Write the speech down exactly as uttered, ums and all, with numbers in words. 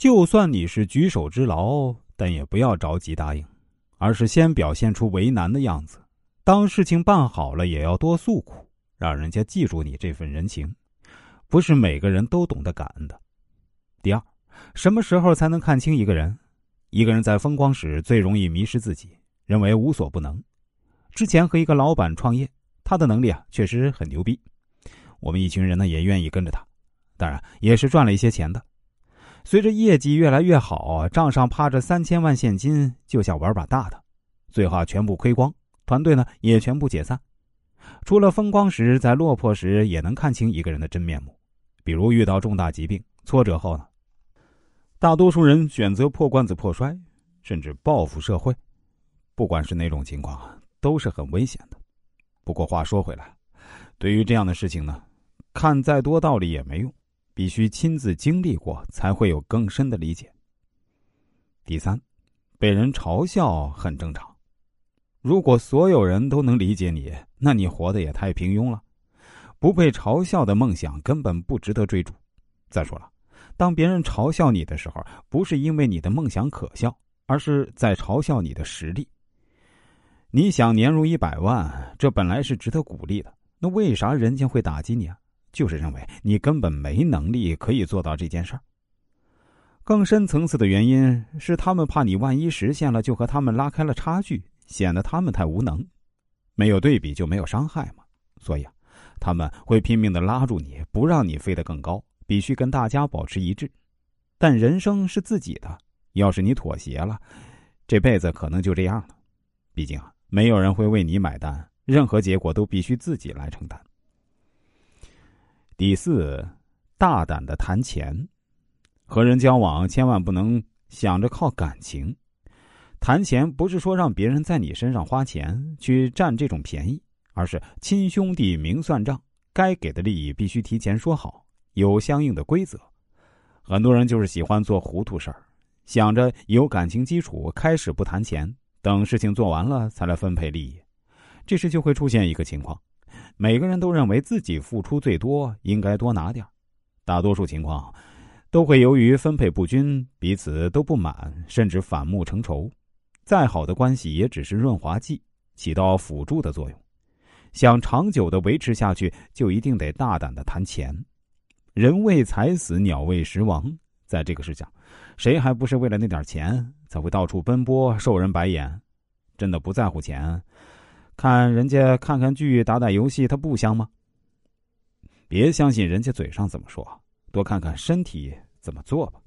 就算你是举手之劳，但也不要着急答应，而是先表现出为难的样子。当事情办好了，也要多诉苦，让人家记住你这份人情。不是每个人都懂得感恩的。第二，什么时候才能看清一个人？一个人在风光时最容易迷失自己，认为无所不能。之前和一个老板创业，他的能力啊确实很牛逼，我们一群人呢也愿意跟着他，当然也是赚了一些钱的。随着业绩越来越好，账上趴着三千万现金，就想玩把大的，最后全部亏光，团队呢也全部解散。除了风光时，在落魄时也能看清一个人的真面目。比如遇到重大疾病挫折后呢，大多数人选择破罐子破摔，甚至报复社会。不管是哪种情况，都是很危险的。不过话说回来，对于这样的事情呢，看再多道理也没用，必须亲自经历过，才会有更深的理解。第三，被人嘲笑很正常。如果所有人都能理解你，那你活得也太平庸了。不被嘲笑的梦想根本不值得追逐。再说了，当别人嘲笑你的时候，不是因为你的梦想可笑，而是在嘲笑你的实力。你想年入一百万，这本来是值得鼓励的，那为啥人家会打击你啊？就是认为你根本没能力可以做到这件事儿。更深层次的原因是他们怕你万一实现了，就和他们拉开了差距，显得他们太无能。没有对比就没有伤害嘛，所以啊，他们会拼命的拉住你，不让你飞得更高，必须跟大家保持一致。但人生是自己的，要是你妥协了，这辈子可能就这样了。毕竟啊，没有人会为你买单，任何结果都必须自己来承担。第四，大胆的谈钱。和人交往千万不能想着靠感情。谈钱不是说让别人在你身上花钱去占这种便宜，而是亲兄弟明算账，该给的利益必须提前说好，有相应的规则。很多人就是喜欢做糊涂事儿，想着有感情基础开始不谈钱，等事情做完了才来分配利益。这时就会出现一个情况，每个人都认为自己付出最多，应该多拿点。大多数情况都会由于分配不均，彼此都不满，甚至反目成仇。再好的关系也只是润滑剂，起到辅助的作用。想长久的维持下去，就一定得大胆的谈钱。人为财死，鸟为食亡。在这个世上，谁还不是为了那点钱才会到处奔波，受人白眼？真的不在乎钱，看人家看看剧打打游戏，他不香吗？别相信人家嘴上怎么说，多看看身体怎么做吧。